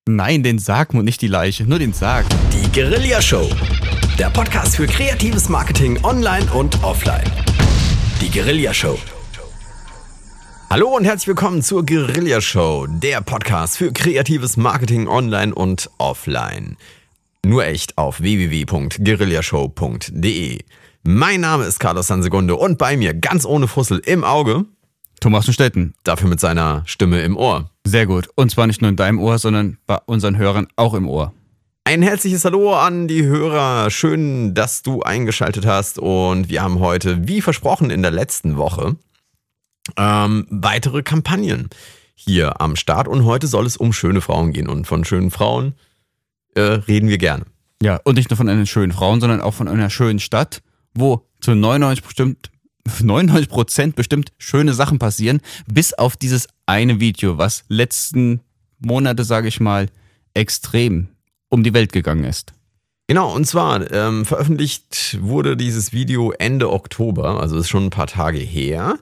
Nein, den Sarg und nicht die Leiche, nur den Sarg. Die Guerilla Show. Der Podcast für kreatives Marketing online und offline. Die Guerilla Show. Hallo und herzlich willkommen zur Guerilla Show, der Podcast für kreatives Marketing online und offline. Nur echt auf www.guerillashow.de. Mein Name ist Carlos Sansegunde und bei mir ganz ohne Fussel im Auge Thomas von Stetten. Dafür mit seiner Stimme im Ohr. Sehr gut. Und zwar nicht nur in deinem Ohr, sondern bei unseren Hörern auch im Ohr. Ein herzliches Hallo an die Hörer. Schön, dass du eingeschaltet hast. Und wir haben heute, wie versprochen in der letzten Woche, weitere Kampagnen hier am Start. Und heute soll es um schöne Frauen gehen. Und von schönen Frauen reden wir gerne. Ja, und nicht nur von einer schönen Frauen, sondern auch von einer schönen Stadt, wo zu 99% bestimmt schöne Sachen passieren, bis auf dieses eine Video, was letzten Monate, sage ich mal, extrem um die Welt gegangen ist. Genau, und zwar veröffentlicht wurde dieses Video Ende Oktober, also ist schon ein paar Tage her.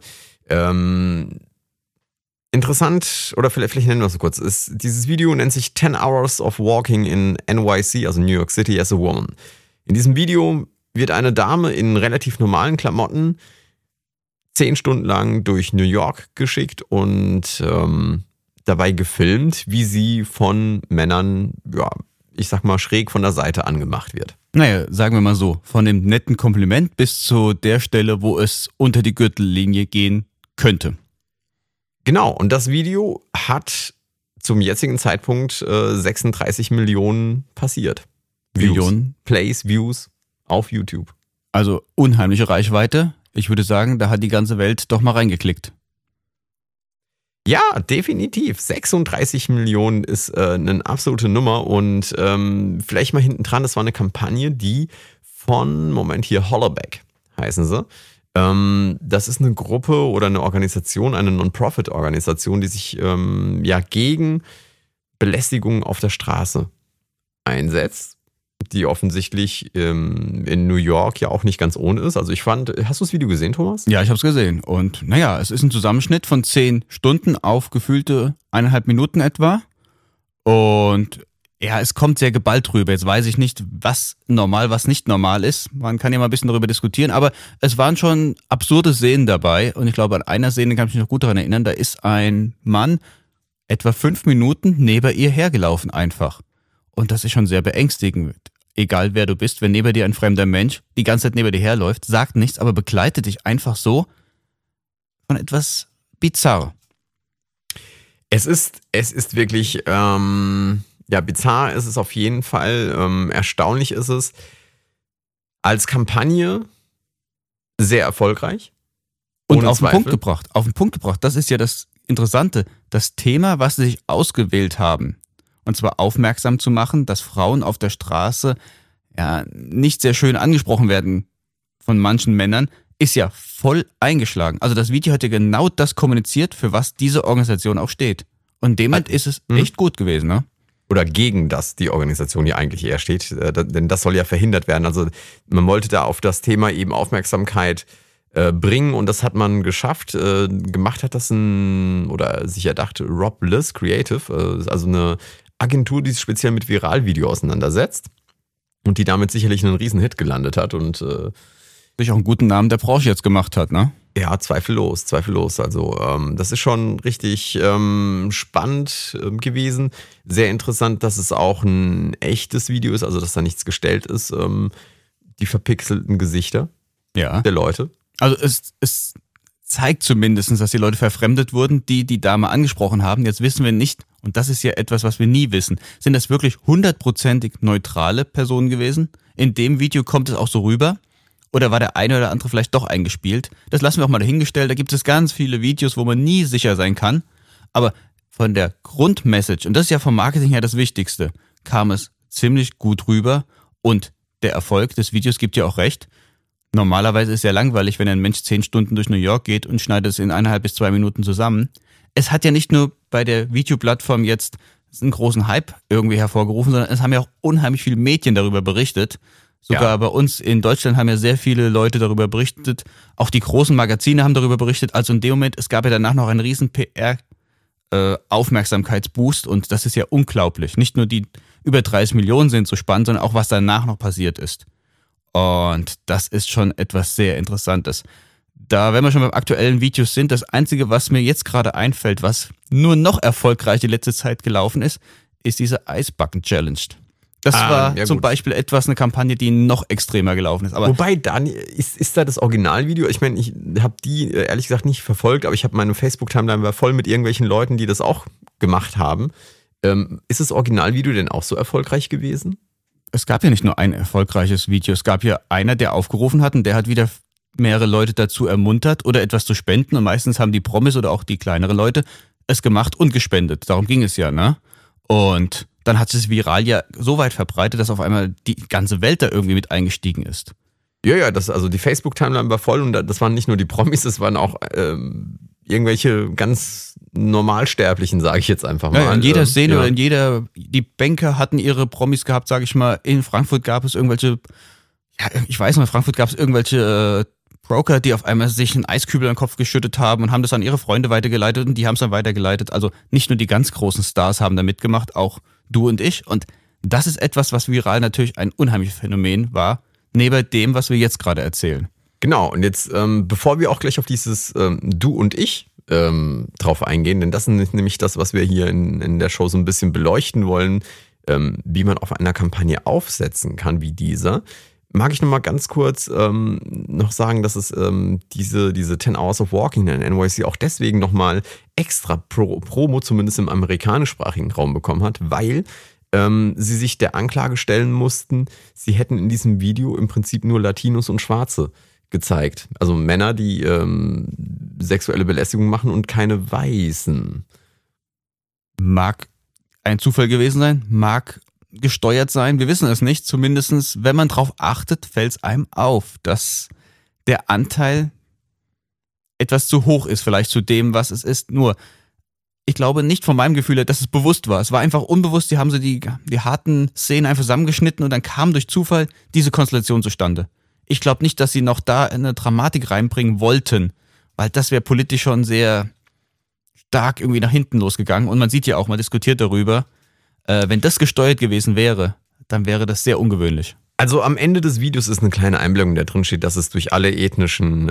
Interessant, oder vielleicht nennen wir es so kurz, dieses Video nennt sich 10 Hours of Walking in NYC, also New York City as a Woman. In diesem Video wird eine Dame in relativ normalen Klamotten 10 Stunden lang durch New York geschickt und dabei gefilmt, wie sie von Männern, ja, ich sag mal, schräg von der Seite angemacht wird. Naja, sagen wir mal so, von dem netten Kompliment bis zu der Stelle, wo es unter die Gürtellinie gehen könnte. Genau, und das Video hat zum jetzigen Zeitpunkt 36 Millionen passiert. Millionen? Plays, Views auf YouTube. Also unheimliche Reichweite. Ich würde sagen, da hat die ganze Welt doch mal reingeklickt. Ja, definitiv. 36 Millionen ist eine absolute Nummer und vielleicht mal hinten dran, das war eine Kampagne, die von, Hollaback heißen sie. Das ist eine Gruppe oder eine Organisation, eine Non-Profit-Organisation, die sich gegen Belästigung auf der Straße einsetzt, die offensichtlich in New York ja auch nicht ganz ohne ist. Also ich fand, hast du das Video gesehen, Thomas? Ja, ich habe es gesehen. Und naja, es ist ein Zusammenschnitt von 10 Stunden auf gefühlte 1,5 Minuten etwa. Und ja, es kommt sehr geballt rüber. Jetzt weiß ich nicht, was normal, was nicht normal ist. Man kann ja mal ein bisschen darüber diskutieren. Aber es waren schon absurde Szenen dabei. Und ich glaube, an einer Szene kann ich mich noch gut daran erinnern. Da ist ein Mann etwa 5 Minuten neben ihr hergelaufen einfach. Und das ist schon sehr beängstigend. Egal wer du bist, wenn neben dir ein fremder Mensch die ganze Zeit neben dir herläuft, sagt nichts, aber begleitet dich einfach so von etwas bizarr. Es ist wirklich, bizarr ist es auf jeden Fall. Erstaunlich ist es. Als Kampagne sehr erfolgreich. Und auf den Punkt gebracht. Auf den Punkt gebracht. Das ist ja das Interessante. Das Thema, was sie sich ausgewählt haben. Und zwar aufmerksam zu machen, dass Frauen auf der Straße ja nicht sehr schön angesprochen werden von manchen Männern, ist ja voll eingeschlagen. Also das Video hat ja genau das kommuniziert, für was diese Organisation auch steht. Und demnach ist es echt gut gewesen, ne? Oder gegen das die Organisation ja eigentlich eher steht, denn das soll ja verhindert werden. Also man wollte da auf das Thema eben Aufmerksamkeit bringen und das hat man geschafft. Gemacht hat das sich erdacht, Rob Bliss Creative, also eine Agentur, die sich speziell mit Viralvideo auseinandersetzt und die damit sicherlich einen riesen Hit gelandet hat und sich auch einen guten Namen der Branche jetzt gemacht hat, ne? Ja, zweifellos. Also das ist schon richtig spannend gewesen. Sehr interessant, dass es auch ein echtes Video ist, also dass da nichts gestellt ist. Die verpixelten Gesichter der Leute. Also es zeigt zumindest, dass die Leute verfremdet wurden, die Dame angesprochen haben. Jetzt wissen wir nicht, und das ist ja etwas, was wir nie wissen, sind das wirklich 100%ig neutrale Personen gewesen? In dem Video kommt es auch so rüber? Oder war der eine oder andere vielleicht doch eingespielt? Das lassen wir auch mal dahingestellt. Da gibt es ganz viele Videos, wo man nie sicher sein kann. Aber von der Grundmessage, und das ist ja vom Marketing her das Wichtigste, kam es ziemlich gut rüber. Und der Erfolg des Videos gibt ja auch recht. Normalerweise ist es ja langweilig, wenn ein Mensch 10 Stunden durch New York geht und schneidet es in 1,5 bis 2 Minuten zusammen. Es hat ja nicht nur bei der Videoplattform jetzt einen großen Hype irgendwie hervorgerufen, sondern es haben ja auch unheimlich viele Medien darüber berichtet. Sogar bei uns in Deutschland haben ja sehr viele Leute darüber berichtet. Auch die großen Magazine haben darüber berichtet. Also in dem Moment, es gab ja danach noch einen riesen PR Aufmerksamkeitsboost und das ist ja unglaublich. Nicht nur die über 30 Millionen sind so spannend, sondern auch was danach noch passiert ist. Und das ist schon etwas sehr Interessantes. Da, wenn wir schon beim aktuellen Videos sind, das Einzige, was mir jetzt gerade einfällt, was nur noch erfolgreich die letzte Zeit gelaufen ist diese Ice Bucket Challenge. Das war ja zum Beispiel eine Kampagne, die noch extremer gelaufen ist. Aber wobei, Daniel, ist da das Originalvideo? Ich meine, ich habe die ehrlich gesagt nicht verfolgt, aber ich habe meine Facebook-Timeline war voll mit irgendwelchen Leuten, die das auch gemacht haben. Ist das Originalvideo denn auch so erfolgreich gewesen? Es gab ja nicht nur ein erfolgreiches Video. Es gab ja einer, der aufgerufen hat und der hat wieder mehrere Leute dazu ermuntert oder etwas zu spenden. Und meistens haben die Promis oder auch die kleineren Leute es gemacht und gespendet. Darum ging es ja, ne? Und dann hat es viral ja so weit verbreitet, dass auf einmal die ganze Welt da irgendwie mit eingestiegen ist. Ja, also die Facebook-Timeline war voll und das waren nicht nur die Promis, das waren auch irgendwelche ganz Normalsterblichen, sage ich jetzt einfach mal. Ja, in jeder Szene oder die Banker hatten ihre Promis gehabt, sage ich mal. In Frankfurt gab es irgendwelche, ich weiß noch, in Frankfurt gab es irgendwelche Broker, die auf einmal sich einen Eiskübel an den Kopf geschüttet haben und haben das an ihre Freunde weitergeleitet und die haben es dann weitergeleitet. Also nicht nur die ganz großen Stars haben da mitgemacht, auch du und ich. Und das ist etwas, was viral natürlich ein unheimliches Phänomen war, neben dem, was wir jetzt gerade erzählen. Genau, und jetzt, bevor wir auch gleich auf dieses Du und ich drauf eingehen, denn das ist nämlich das, was wir hier in der Show so ein bisschen beleuchten wollen, wie man auf einer Kampagne aufsetzen kann wie dieser, mag ich nochmal ganz kurz noch sagen, dass es diese 10 Hours of Walking in NYC auch deswegen nochmal extra Promo, zumindest im amerikanischsprachigen Raum bekommen hat, weil sie sich der Anklage stellen mussten, sie hätten in diesem Video im Prinzip nur Latinos und Schwarze gezeigt. Also Männer, die sexuelle Belästigung machen und keine Weißen. Mag ein Zufall gewesen sein, mag gesteuert sein, wir wissen es nicht. Zumindest, wenn man drauf achtet, fällt es einem auf, dass der Anteil etwas zu hoch ist, vielleicht zu dem, was es ist. Nur, ich glaube nicht von meinem Gefühl her, dass es bewusst war. Es war einfach unbewusst, die haben so die harten Szenen einfach zusammengeschnitten und dann kam durch Zufall diese Konstellation zustande. Ich glaube nicht, dass sie noch da eine Dramatik reinbringen wollten, weil das wäre politisch schon sehr stark irgendwie nach hinten losgegangen. Und man sieht ja auch, man diskutiert darüber, wenn das gesteuert gewesen wäre, dann wäre das sehr ungewöhnlich. Also am Ende des Videos ist eine kleine Einblendung, da drin steht, dass es durch alle ethnischen,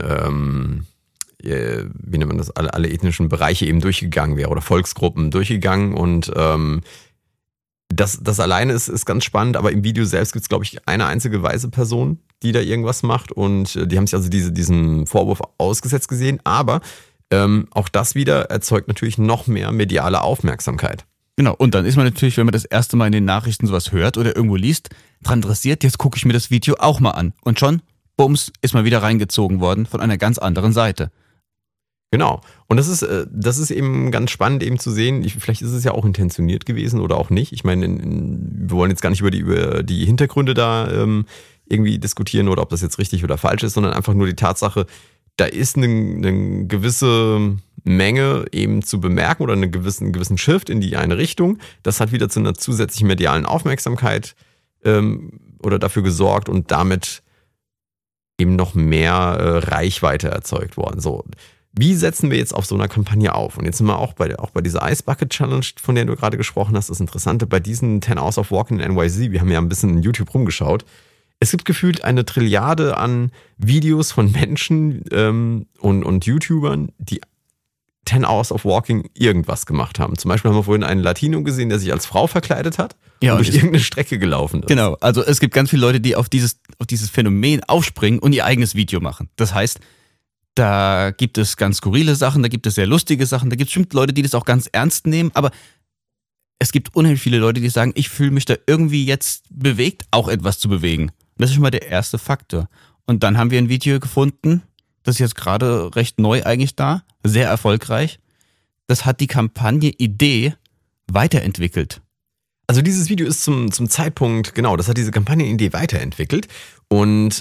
wie nennt man das, alle ethnischen Bereiche eben durchgegangen wäre oder Volksgruppen durchgegangen und das alleine ist ganz spannend, aber im Video selbst gibt es, glaube ich, eine einzige weiße Person, die da irgendwas macht und die haben sich also diesem Vorwurf ausgesetzt gesehen, aber auch das wieder erzeugt natürlich noch mehr mediale Aufmerksamkeit. Genau, und dann ist man natürlich, wenn man das erste Mal in den Nachrichten sowas hört oder irgendwo liest, dran interessiert, jetzt gucke ich mir das Video auch mal an. Und schon, bums, ist man wieder reingezogen worden von einer ganz anderen Seite. Genau, und das ist eben ganz spannend eben zu sehen, vielleicht ist es ja auch intentioniert gewesen oder auch nicht. Ich meine, wir wollen jetzt gar nicht über die Hintergründe da irgendwie diskutieren oder ob das jetzt richtig oder falsch ist, sondern einfach nur die Tatsache, da ist eine gewisse Menge eben zu bemerken oder einen gewissen Shift in die eine Richtung. Das hat wieder zu einer zusätzlichen medialen Aufmerksamkeit oder dafür gesorgt und damit eben noch mehr Reichweite erzeugt worden. So, wie setzen wir jetzt auf so einer Kampagne auf? Und jetzt sind wir auch bei dieser Ice Bucket Challenge, von der du gerade gesprochen hast. Das Interessante bei diesen 10 Hours of Walking in NYC, wir haben ja ein bisschen in YouTube rumgeschaut, es gibt gefühlt eine Trilliarde an Videos von Menschen und YouTubern, die 10 Hours of Walking irgendwas gemacht haben. Zum Beispiel haben wir vorhin einen Latino gesehen, der sich als Frau verkleidet hat und durch irgendeine Strecke gelaufen ist. Genau, also es gibt ganz viele Leute, die auf dieses Phänomen aufspringen und ihr eigenes Video machen. Das heißt, da gibt es ganz skurrile Sachen, da gibt es sehr lustige Sachen, da gibt es bestimmt Leute, die das auch ganz ernst nehmen, aber es gibt unheimlich viele Leute, die sagen, ich fühle mich da irgendwie jetzt bewegt, auch etwas zu bewegen. Und das ist schon mal der erste Faktor. Und dann haben wir ein Video gefunden, das ist jetzt gerade recht neu eigentlich da, sehr erfolgreich. Das hat die Kampagne-Idee weiterentwickelt. Also dieses Video ist zum Zeitpunkt, genau, das hat diese Kampagnenidee weiterentwickelt und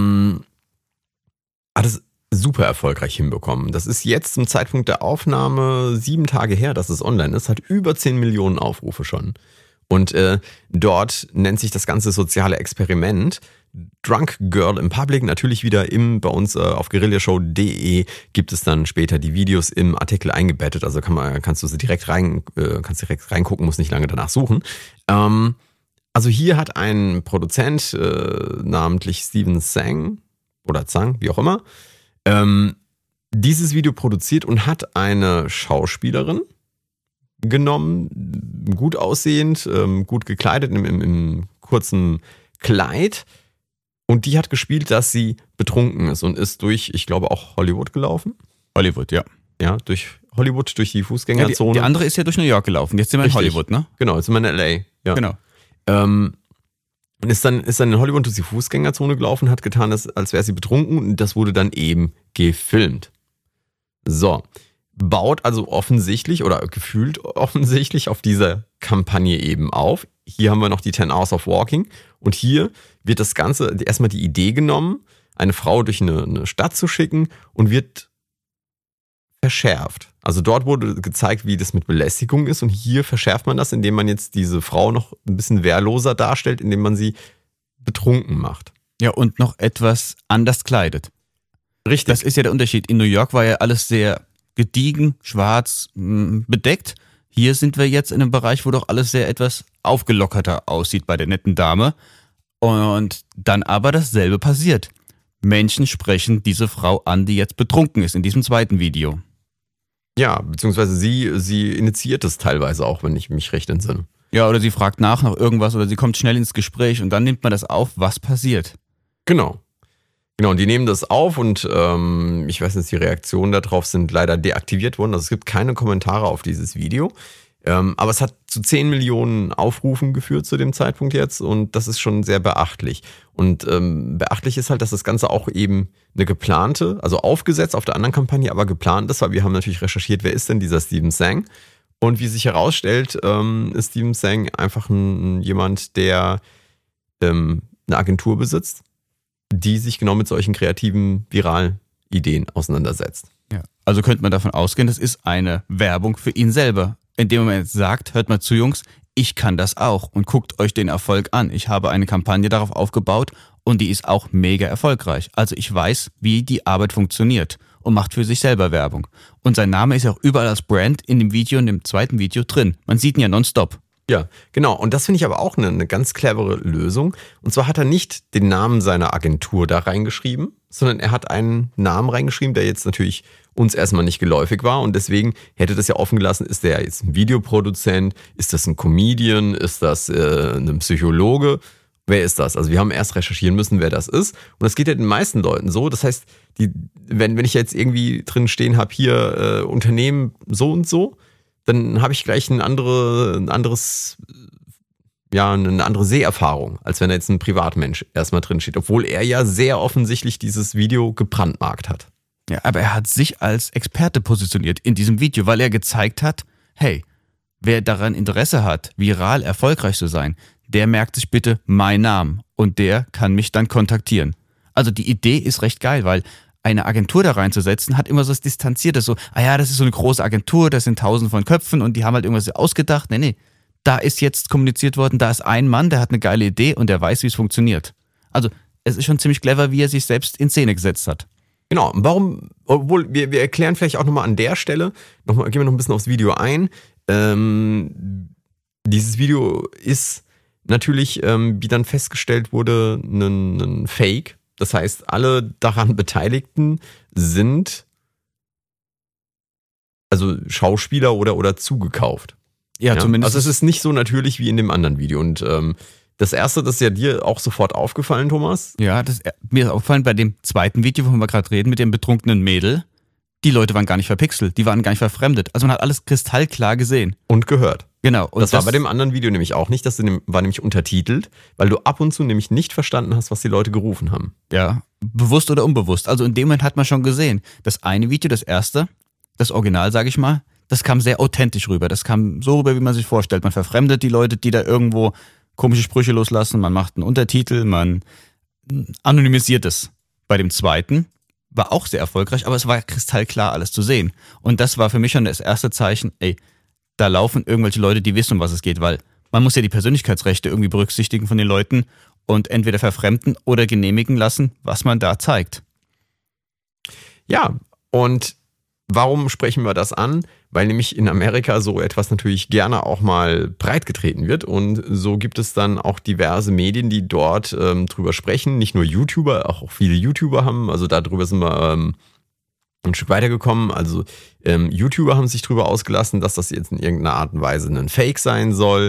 hat es super erfolgreich hinbekommen. Das ist jetzt zum Zeitpunkt der Aufnahme 7 Tage her, dass es online ist, hat über 10 Millionen Aufrufe schon. Und dort nennt sich das ganze soziale Experiment Drunk Girl in Public. Natürlich wieder bei uns auf guerillashow.de gibt es dann später die Videos im Artikel eingebettet. Also kannst du sie direkt reingucken, musst nicht lange danach suchen. Also hier hat ein Produzent, namentlich Steven Zhang oder Zhang, wie auch immer, dieses Video produziert und hat eine Schauspielerin genommen, gut aussehend, gut gekleidet, im kurzen Kleid. Und die hat gespielt, dass sie betrunken ist und ist durch, ich glaube, auch Hollywood gelaufen. Hollywood, ja. Ja, durch Hollywood, durch die Fußgängerzone. Ja, die andere ist ja durch New York gelaufen. Jetzt sind wir in Hollywood, ne? Genau, jetzt sind wir in L.A. Ja. Genau. Und ist dann in Hollywood durch die Fußgängerzone gelaufen, hat getan, als wäre sie betrunken und das wurde dann eben gefilmt. So, baut also offensichtlich oder gefühlt offensichtlich auf dieser Kampagne eben auf. Hier haben wir noch die 10 Hours of Walking und hier wird das Ganze, erstmal die Idee genommen, eine Frau durch eine Stadt zu schicken und wird verschärft. Also dort wurde gezeigt, wie das mit Belästigung ist und hier verschärft man das, indem man jetzt diese Frau noch ein bisschen wehrloser darstellt, indem man sie betrunken macht. Ja, und noch etwas anders kleidet. Richtig. Das ist ja der Unterschied. In New York war ja alles sehr gediegen, schwarz, bedeckt. Hier sind wir jetzt in einem Bereich, wo doch alles sehr etwas aufgelockerter aussieht bei der netten Dame. Und dann aber dasselbe passiert. Menschen sprechen diese Frau an, die jetzt betrunken ist, in diesem zweiten Video. Ja, beziehungsweise sie initiiert es teilweise auch, wenn ich mich recht entsinne. Ja, oder sie fragt nach irgendwas oder sie kommt schnell ins Gespräch und dann nimmt man das auf, was passiert. Genau, und die nehmen das auf und ich weiß nicht, die Reaktionen darauf sind leider deaktiviert worden. Also es gibt keine Kommentare auf dieses Video. Aber es hat zu 10 Millionen Aufrufen geführt zu dem Zeitpunkt jetzt und das ist schon sehr beachtlich. Und beachtlich ist halt, dass das Ganze auch eben eine geplante, also aufgesetzt auf der anderen Kampagne, aber geplant ist, weil wir haben natürlich recherchiert, wer ist denn dieser Steven Zhang? Und wie sich herausstellt, ist Steven Zhang einfach jemand, der eine Agentur besitzt, die sich genau mit solchen kreativen Viral-Ideen auseinandersetzt. Ja. Also könnte man davon ausgehen, das ist eine Werbung für ihn selber. Indem man jetzt sagt, hört mal zu Jungs, ich kann das auch und guckt euch den Erfolg an. Ich habe eine Kampagne darauf aufgebaut und die ist auch mega erfolgreich. Also ich weiß, wie die Arbeit funktioniert und macht für sich selber Werbung. Und sein Name ist ja auch überall als Brand in dem Video und im zweiten Video drin. Man sieht ihn ja nonstop. Ja, genau. Und das finde ich aber auch eine ganz clevere Lösung. Und zwar hat er nicht den Namen seiner Agentur da reingeschrieben, sondern er hat einen Namen reingeschrieben, der jetzt natürlich uns erstmal nicht geläufig war. Und deswegen hätte das ja offen gelassen, ist der jetzt ein Videoproduzent, ist das ein Comedian, ist das ein Psychologe? Wer ist das? Also wir haben erst recherchieren müssen, wer das ist. Und das geht ja den meisten Leuten so. Das heißt, wenn ich jetzt irgendwie drin stehen habe, hier Unternehmen so und so, dann habe ich gleich eine andere Seherfahrung, als wenn da jetzt ein Privatmensch erstmal drin steht, obwohl er ja sehr offensichtlich dieses Video gebrandmarkt hat. Ja, aber er hat sich als Experte positioniert in diesem Video, weil er gezeigt hat, hey, wer daran Interesse hat, viral erfolgreich zu sein, der merkt sich bitte meinen Namen und der kann mich dann kontaktieren. Also die Idee ist recht geil, weil eine Agentur da reinzusetzen, hat immer so das Distanzierte, so, das ist so eine große Agentur, das sind 1000 von Köpfen und die haben halt irgendwas ausgedacht. Nee, da ist jetzt kommuniziert worden, da ist ein Mann, der hat eine geile Idee und der weiß, wie es funktioniert. Also es ist schon ziemlich clever, wie er sich selbst in Szene gesetzt hat. Genau, warum, obwohl wir erklären vielleicht auch nochmal an der Stelle, gehen wir noch ein bisschen aufs Video ein. Dieses Video ist natürlich, wie dann festgestellt wurde, ein Fake. Das heißt, alle daran Beteiligten sind also Schauspieler oder zugekauft. Ja, zumindest. Also es ist nicht so natürlich wie in dem anderen Video. Und das erste, das ist ja dir auch sofort aufgefallen, Thomas. Ja, mir ist aufgefallen bei dem zweiten Video, wovon wir gerade reden, mit dem betrunkenen Mädel. Die Leute waren gar nicht verpixelt, die waren gar nicht verfremdet. Also man hat alles kristallklar gesehen. Und gehört. Genau. Und das war bei dem anderen Video nämlich auch nicht. Das war nämlich untertitelt, weil du ab und zu nämlich nicht verstanden hast, was die Leute gerufen haben. Ja, bewusst oder unbewusst. Also in dem Moment hat man schon gesehen. Das eine Video, das erste, das Original, sage ich mal, das kam sehr authentisch rüber. Das kam so rüber, wie man sich vorstellt. Man verfremdet die Leute, die da irgendwo komische Sprüche loslassen. Man macht einen Untertitel, man anonymisiert es. Bei dem zweiten war auch sehr erfolgreich, aber es war kristallklar alles zu sehen. Und das war für mich schon das erste Zeichen, da laufen irgendwelche Leute, die wissen, um was es geht, weil man muss ja die Persönlichkeitsrechte irgendwie berücksichtigen von den Leuten und entweder verfremden oder genehmigen lassen, was man da zeigt. Ja, und warum sprechen wir das an? Weil nämlich in Amerika so etwas natürlich gerne auch mal breitgetreten wird und so gibt es dann auch diverse Medien, die dort drüber sprechen. Nicht nur YouTuber, auch viele YouTuber haben, also darüber sind wir ein Stück weitergekommen. Also YouTuber haben sich drüber ausgelassen, dass das jetzt in irgendeiner Art und Weise ein Fake sein soll.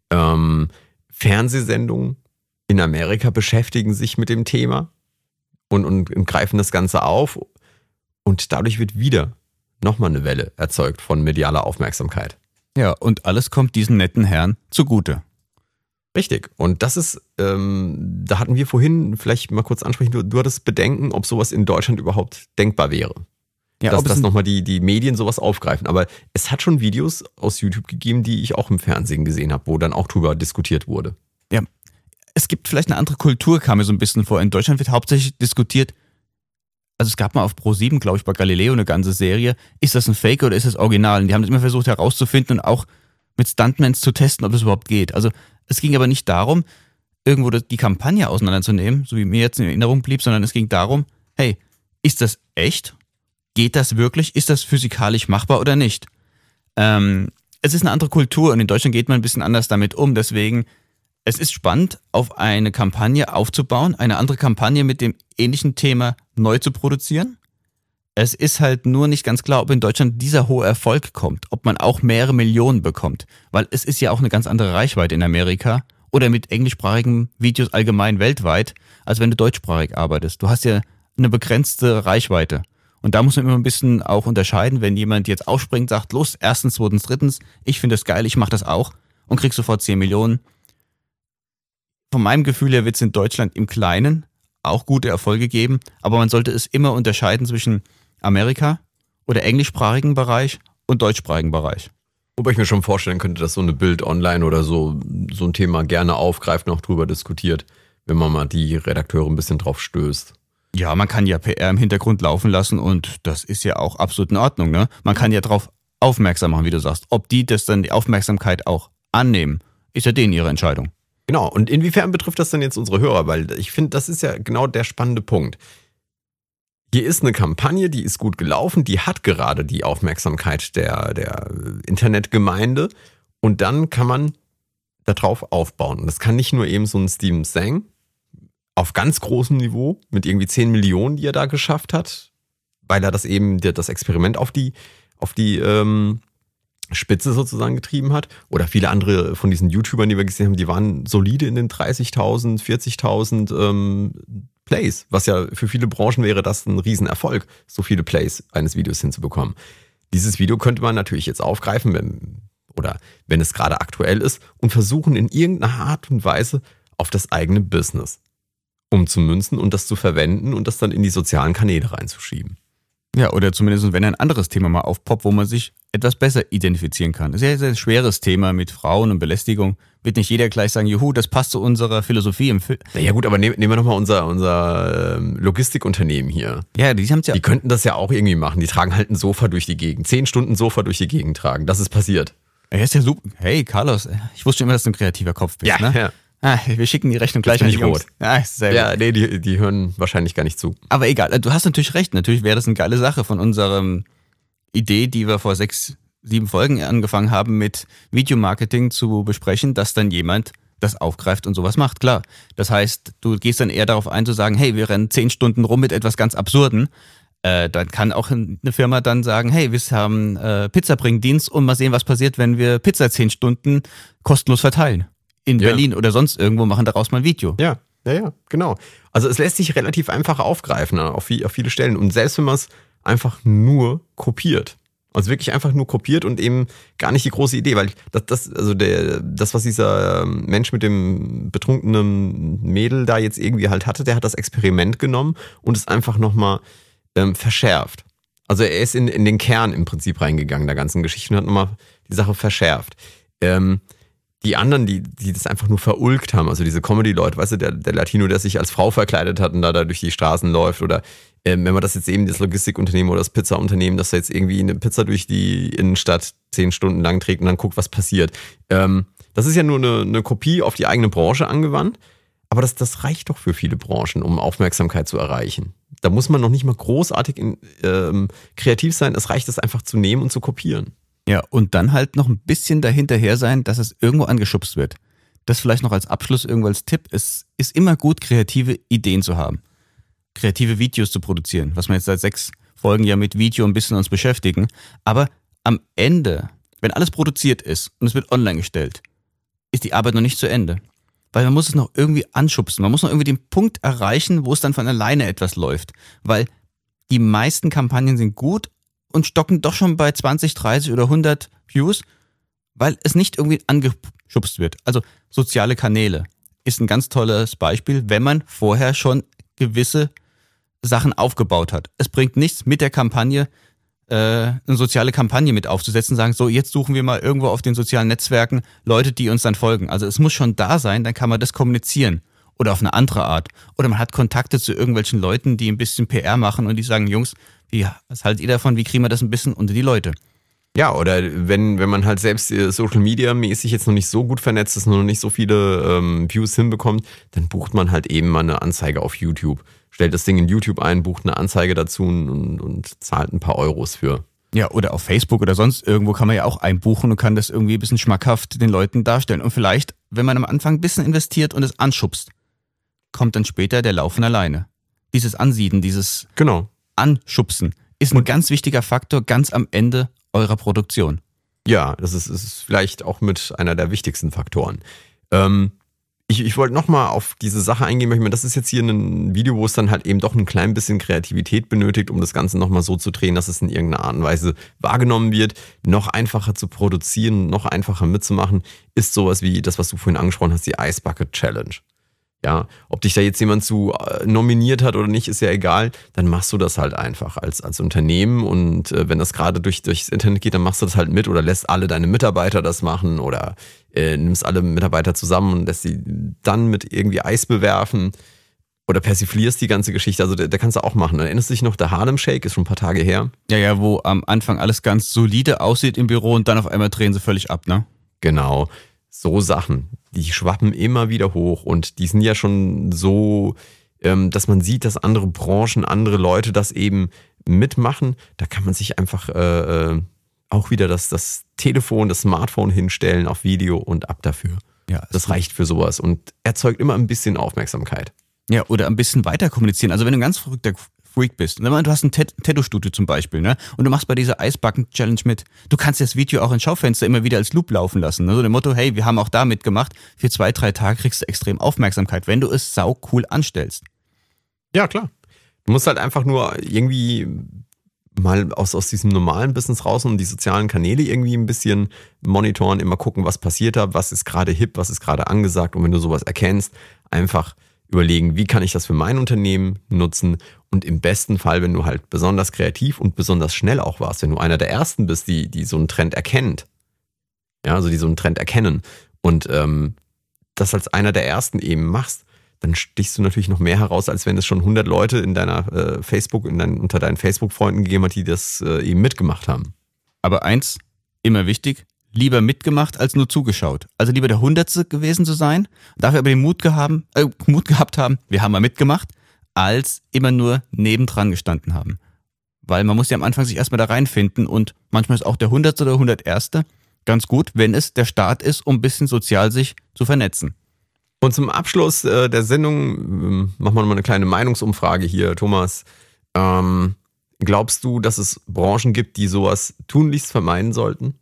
Fernsehsendungen in Amerika beschäftigen sich mit dem Thema und greifen das Ganze auf und dadurch wird wieder nochmal eine Welle erzeugt von medialer Aufmerksamkeit. Ja, und alles kommt diesen netten Herren zugute. Richtig. Und das ist, da hatten wir vorhin vielleicht mal kurz ansprechen, du hattest Bedenken, ob sowas in Deutschland überhaupt denkbar wäre. Ja, dass das nochmal die Medien sowas aufgreifen. Aber es hat schon Videos aus YouTube gegeben, die ich auch im Fernsehen gesehen habe, wo dann auch drüber diskutiert wurde. Ja, es gibt vielleicht eine andere Kultur, kam mir so ein bisschen vor. In Deutschland wird hauptsächlich diskutiert, also es gab mal auf Pro7, glaube ich, bei Galileo eine ganze Serie, ist das ein Fake oder ist das Original? Und die haben das immer versucht herauszufinden und auch mit Stuntmans zu testen, ob das überhaupt geht. Also es ging aber nicht darum, irgendwo die Kampagne auseinanderzunehmen, so wie mir jetzt in Erinnerung blieb, sondern es ging darum, hey, ist das echt? Geht das wirklich? Ist das physikalisch machbar oder nicht? Es ist eine andere Kultur und in Deutschland geht man ein bisschen anders damit um. Deswegen, es ist spannend, auf eine Kampagne aufzubauen, eine andere Kampagne mit dem ähnlichen Thema neu zu produzieren. Es ist halt nur nicht ganz klar, ob in Deutschland dieser hohe Erfolg kommt, ob man auch mehrere Millionen bekommt, weil es ist ja auch eine ganz andere Reichweite in Amerika oder mit englischsprachigen Videos allgemein weltweit, als wenn du deutschsprachig arbeitest. Du hast ja eine begrenzte Reichweite und da muss man immer ein bisschen auch unterscheiden, wenn jemand jetzt aufspringt, sagt, los, erstens, zweitens, drittens, ich finde das geil, ich mache das auch und krieg sofort 10 Millionen. Von meinem Gefühl her wird es in Deutschland im Kleinen auch gute Erfolge geben, aber man sollte es immer unterscheiden zwischen Amerika oder englischsprachigen Bereich und deutschsprachigen Bereich. Wobei ich mir schon vorstellen könnte, dass so eine Bild online oder so ein Thema gerne aufgreift und auch drüber diskutiert, wenn man mal die Redakteure ein bisschen drauf stößt. Ja, man kann ja PR im Hintergrund laufen lassen und das ist ja auch absolut in Ordnung, ne? Man kann ja darauf aufmerksam machen, wie du sagst. Ob die das dann die Aufmerksamkeit auch annehmen, ist ja denen ihre Entscheidung. Genau, und inwiefern betrifft das denn jetzt unsere Hörer? Weil ich finde, das ist ja genau der spannende Punkt. Hier ist eine Kampagne, die ist gut gelaufen, die hat gerade die Aufmerksamkeit der Internetgemeinde und dann kann man darauf aufbauen. Und das kann nicht nur eben so ein Steven Tsang auf ganz großem Niveau mit irgendwie 10 Millionen, die er da geschafft hat, weil er das eben, das Experiment auf die Spitze sozusagen getrieben hat. Oder viele andere von diesen YouTubern, die wir gesehen haben, die waren solide in den 30.000, 40.000 Plays, was ja für viele Branchen wäre das ein Riesenerfolg, so viele Plays eines Videos hinzubekommen. Dieses Video könnte man natürlich jetzt aufgreifen, wenn es gerade aktuell ist und versuchen in irgendeiner Art und Weise auf das eigene Business umzumünzen und das zu verwenden und das dann in die sozialen Kanäle reinzuschieben. Ja, oder zumindest, wenn ein anderes Thema mal aufpoppt, wo man sich etwas besser identifizieren kann. Das ist ja ein sehr schweres Thema mit Frauen und Belästigung. Wird nicht jeder gleich sagen, juhu, das passt zu unserer Philosophie im Film. Ja gut, aber nehmen wir nochmal unser Logistikunternehmen hier. Ja, die haben's ja. Die könnten das ja auch irgendwie machen. Die tragen halt ein Sofa durch die Gegend. 10 Stunden Sofa durch die Gegend tragen. Das ist passiert. Ja, ist ja super. Hey, Carlos, ich wusste schon immer, dass du ein kreativer Kopf bist, ne? Ja. Wir schicken die Rechnung gleich an die Jungs. Ja, nee, die hören wahrscheinlich gar nicht zu. Aber egal, du hast natürlich recht. Natürlich wäre das eine geile Sache von unserem Idee, die wir vor 6, 7 Folgen angefangen haben, mit Videomarketing zu besprechen, dass dann jemand das aufgreift und sowas macht. Klar, das heißt, du gehst dann eher darauf ein, zu sagen, hey, wir rennen 10 Stunden rum mit etwas ganz Absurden. Dann kann auch eine Firma dann sagen, hey, wir haben Pizzabringdienst und mal sehen, was passiert, wenn wir Pizza 10 Stunden kostenlos verteilen. In Berlin oder sonst irgendwo machen daraus mal ein Video. Ja, genau. Also es lässt sich relativ einfach aufgreifen auf viele Stellen. Und selbst wenn man es einfach nur kopiert, also wirklich einfach nur kopiert und eben gar nicht die große Idee, weil das, was dieser Mensch mit dem betrunkenen Mädel da jetzt irgendwie halt hatte, der hat das Experiment genommen und es einfach nochmal verschärft. Also er ist in den Kern im Prinzip reingegangen der ganzen Geschichte und hat nochmal die Sache verschärft. Die anderen, die das einfach nur verulgt haben, also diese Comedy-Leute, weißt du, der Latino, der sich als Frau verkleidet hat und da durch die Straßen läuft oder wenn man das jetzt eben, das Logistikunternehmen oder das Pizzaunternehmen, dass da jetzt irgendwie eine Pizza durch die Innenstadt 10 Stunden lang trägt und dann guckt, was passiert. Das ist ja nur eine Kopie auf die eigene Branche angewandt, aber das reicht doch für viele Branchen, um Aufmerksamkeit zu erreichen. Da muss man noch nicht mal großartig kreativ sein, es reicht, es einfach zu nehmen und zu kopieren. Ja, und dann halt noch ein bisschen dahinterher sein, dass es irgendwo angeschubst wird. Das vielleicht noch als Abschluss, irgendwo als Tipp. Es ist immer gut, kreative Ideen zu haben. Kreative Videos zu produzieren, was wir jetzt seit 6 Folgen ja mit Video ein bisschen uns beschäftigen. Aber am Ende, wenn alles produziert ist und es wird online gestellt, ist die Arbeit noch nicht zu Ende. Weil man muss es noch irgendwie anschubsen. Man muss noch irgendwie den Punkt erreichen, wo es dann von alleine etwas läuft. Weil die meisten Kampagnen sind gut und stocken doch schon bei 20, 30 oder 100 Views, weil es nicht irgendwie angeschubst wird. Also soziale Kanäle ist ein ganz tolles Beispiel, wenn man vorher schon gewisse Sachen aufgebaut hat. Es bringt nichts, mit der Kampagne eine soziale Kampagne mit aufzusetzen, sagen, so jetzt suchen wir mal irgendwo auf den sozialen Netzwerken Leute, die uns dann folgen. Also es muss schon da sein, dann kann man das kommunizieren. Oder auf eine andere Art. Oder man hat Kontakte zu irgendwelchen Leuten, die ein bisschen PR machen und die sagen, Jungs, was haltet ihr davon, wie kriegen wir das ein bisschen unter die Leute? Ja, oder wenn man halt selbst Social Media mäßig jetzt noch nicht so gut vernetzt ist, noch nicht so viele Views hinbekommt, dann bucht man halt eben mal eine Anzeige auf YouTube. Stellt das Ding in YouTube ein, bucht eine Anzeige dazu und zahlt ein paar Euros für. Ja, oder auf Facebook oder sonst irgendwo kann man ja auch einbuchen und kann das irgendwie ein bisschen schmackhaft den Leuten darstellen. Und vielleicht, wenn man am Anfang ein bisschen investiert und es anschubst, kommt dann später der Lauf von alleine. Dieses Ansieden, dieses Anschubsen ist ein ganz wichtiger Faktor ganz am Ende eurer Produktion. Ja, das ist vielleicht auch mit einer der wichtigsten Faktoren. Ich wollte nochmal auf diese Sache eingehen, weil ich meine, das ist jetzt hier ein Video, wo es dann halt eben doch ein klein bisschen Kreativität benötigt, um das Ganze nochmal so zu drehen, dass es in irgendeiner Art und Weise wahrgenommen wird. Noch einfacher zu produzieren, noch einfacher mitzumachen, ist sowas wie das, was du vorhin angesprochen hast, die Ice Bucket Challenge. Ja, ob dich da jetzt jemand zu nominiert hat oder nicht, ist ja egal. Dann machst du das halt einfach als Unternehmen und wenn das gerade durchs Internet geht, dann machst du das halt mit oder lässt alle deine Mitarbeiter das machen oder nimmst alle Mitarbeiter zusammen und lässt sie dann mit irgendwie Eis bewerfen oder persiflierst die ganze Geschichte. Also da kannst du auch machen. Erinnerst du dich noch, der Harlem Shake ist schon ein paar Tage her? Ja, wo am Anfang alles ganz solide aussieht im Büro und dann auf einmal drehen sie völlig ab, ne? Genau. So Sachen, die schwappen immer wieder hoch und die sind ja schon so, dass man sieht, dass andere Branchen, andere Leute das eben mitmachen. Da kann man sich einfach auch wieder das Telefon, das Smartphone hinstellen auf Video und ab dafür. Ja, das reicht für sowas und erzeugt immer ein bisschen Aufmerksamkeit. Ja, oder ein bisschen weiter kommunizieren. Also wenn du ein ganz verrückter Freak bist. Und du hast ein Tattoo-Studio zum Beispiel, ne? Und du machst bei dieser Eisbacken-Challenge mit. Du kannst das Video auch ins Schaufenster immer wieder als Loop laufen lassen. Ne? So dem Motto, hey, wir haben auch da mitgemacht. Für 2-3 Tage kriegst du extrem Aufmerksamkeit, wenn du es sau cool anstellst. Ja, klar. Du musst halt einfach nur irgendwie mal aus diesem normalen Business raus und die sozialen Kanäle irgendwie ein bisschen monitoren, immer gucken, was passiert da, was ist gerade hip, was ist gerade angesagt. Und wenn du sowas erkennst, einfach überlegen, wie kann ich das für mein Unternehmen nutzen und im besten Fall, wenn du halt besonders kreativ und besonders schnell auch warst, wenn du einer der Ersten bist, die so einen Trend erkennt, ja, also die so einen Trend erkennen und das als einer der Ersten eben machst, dann stichst du natürlich noch mehr heraus, als wenn es schon 100 Leute in deiner unter deinen Facebook-Freunden gegeben hat, die das eben mitgemacht haben. Aber eins, immer wichtig, lieber mitgemacht als nur zugeschaut. Also lieber der 100. gewesen zu sein, dafür aber den Mut gehabt haben, wir haben mal mitgemacht, als immer nur nebendran gestanden haben. Weil man muss ja am Anfang sich erstmal da reinfinden und manchmal ist auch der 100. oder 101. ganz gut, wenn es der Start ist, um ein bisschen sozial sich zu vernetzen. Und zum Abschluss der Sendung machen wir nochmal eine kleine Meinungsumfrage hier, Thomas. Glaubst du, dass es Branchen gibt, die sowas tunlichst vermeiden sollten?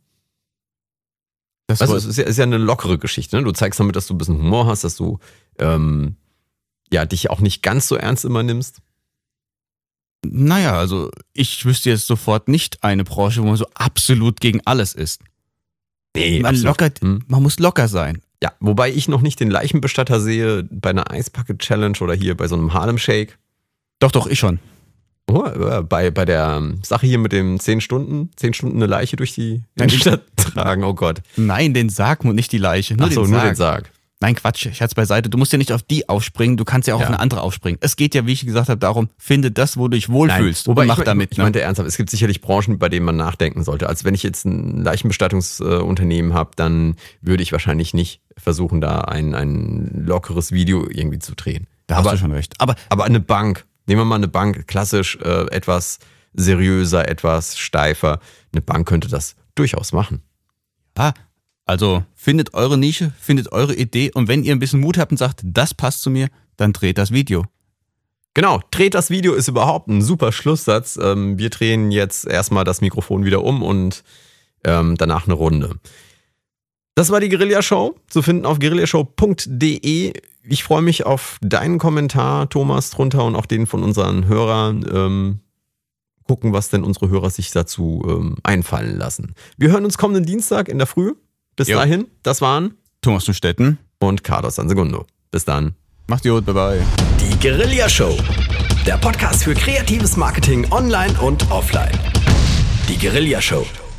Es ist ja eine lockere Geschichte, ne? Du zeigst damit, dass du ein bisschen Humor hast, dass du dich auch nicht ganz so ernst immer nimmst. Naja, also ich wüsste jetzt sofort nicht eine Branche, wo man so absolut gegen alles ist. Nee, man muss locker sein. Ja, wobei ich noch nicht den Leichenbestatter sehe bei einer Ice Bucket Challenge oder hier bei so einem Harlem Shake. Doch, ich schon. Oh, bei der Sache hier mit dem 10 Stunden eine Leiche durch die Stadt tragen, oh Gott. Nein, den Sarg und nicht die Leiche. Nur den Sarg. Nein, Quatsch, Scherz beiseite. Du musst ja nicht auf die aufspringen, du kannst ja auch auf eine andere aufspringen. Es geht ja, wie ich gesagt habe, darum, finde das, wo du dich wohlfühlst. Wobei und mach damit. Ich meinte ernsthaft, es gibt sicherlich Branchen, bei denen man nachdenken sollte. Also wenn ich jetzt ein Leichenbestattungsunternehmen habe, dann würde ich wahrscheinlich nicht versuchen, da ein lockeres Video irgendwie zu drehen. Da hast du schon recht. Aber eine Bank, nehmen wir mal eine Bank, klassisch etwas seriöser, etwas steifer. Eine Bank könnte das durchaus machen. Ja, also findet eure Nische, findet eure Idee und wenn ihr ein bisschen Mut habt und sagt, das passt zu mir, dann dreht das Video. Genau, dreht das Video ist überhaupt ein super Schlusssatz. Wir drehen jetzt erstmal das Mikrofon wieder um und danach eine Runde. Das war die Guerilla-Show, zu finden auf guerillashow.de. Ich freue mich auf deinen Kommentar, Thomas, drunter und auch den von unseren Hörern. Gucken, was denn unsere Hörer sich dazu einfallen lassen. Wir hören uns kommenden Dienstag in der Früh. Bis dahin, das waren Thomas zu Stetten und Carlos San Segundo. Bis dann. Macht gut, bye bye. Die Guerilla-Show, der Podcast für kreatives Marketing online und offline. Die Guerilla-Show.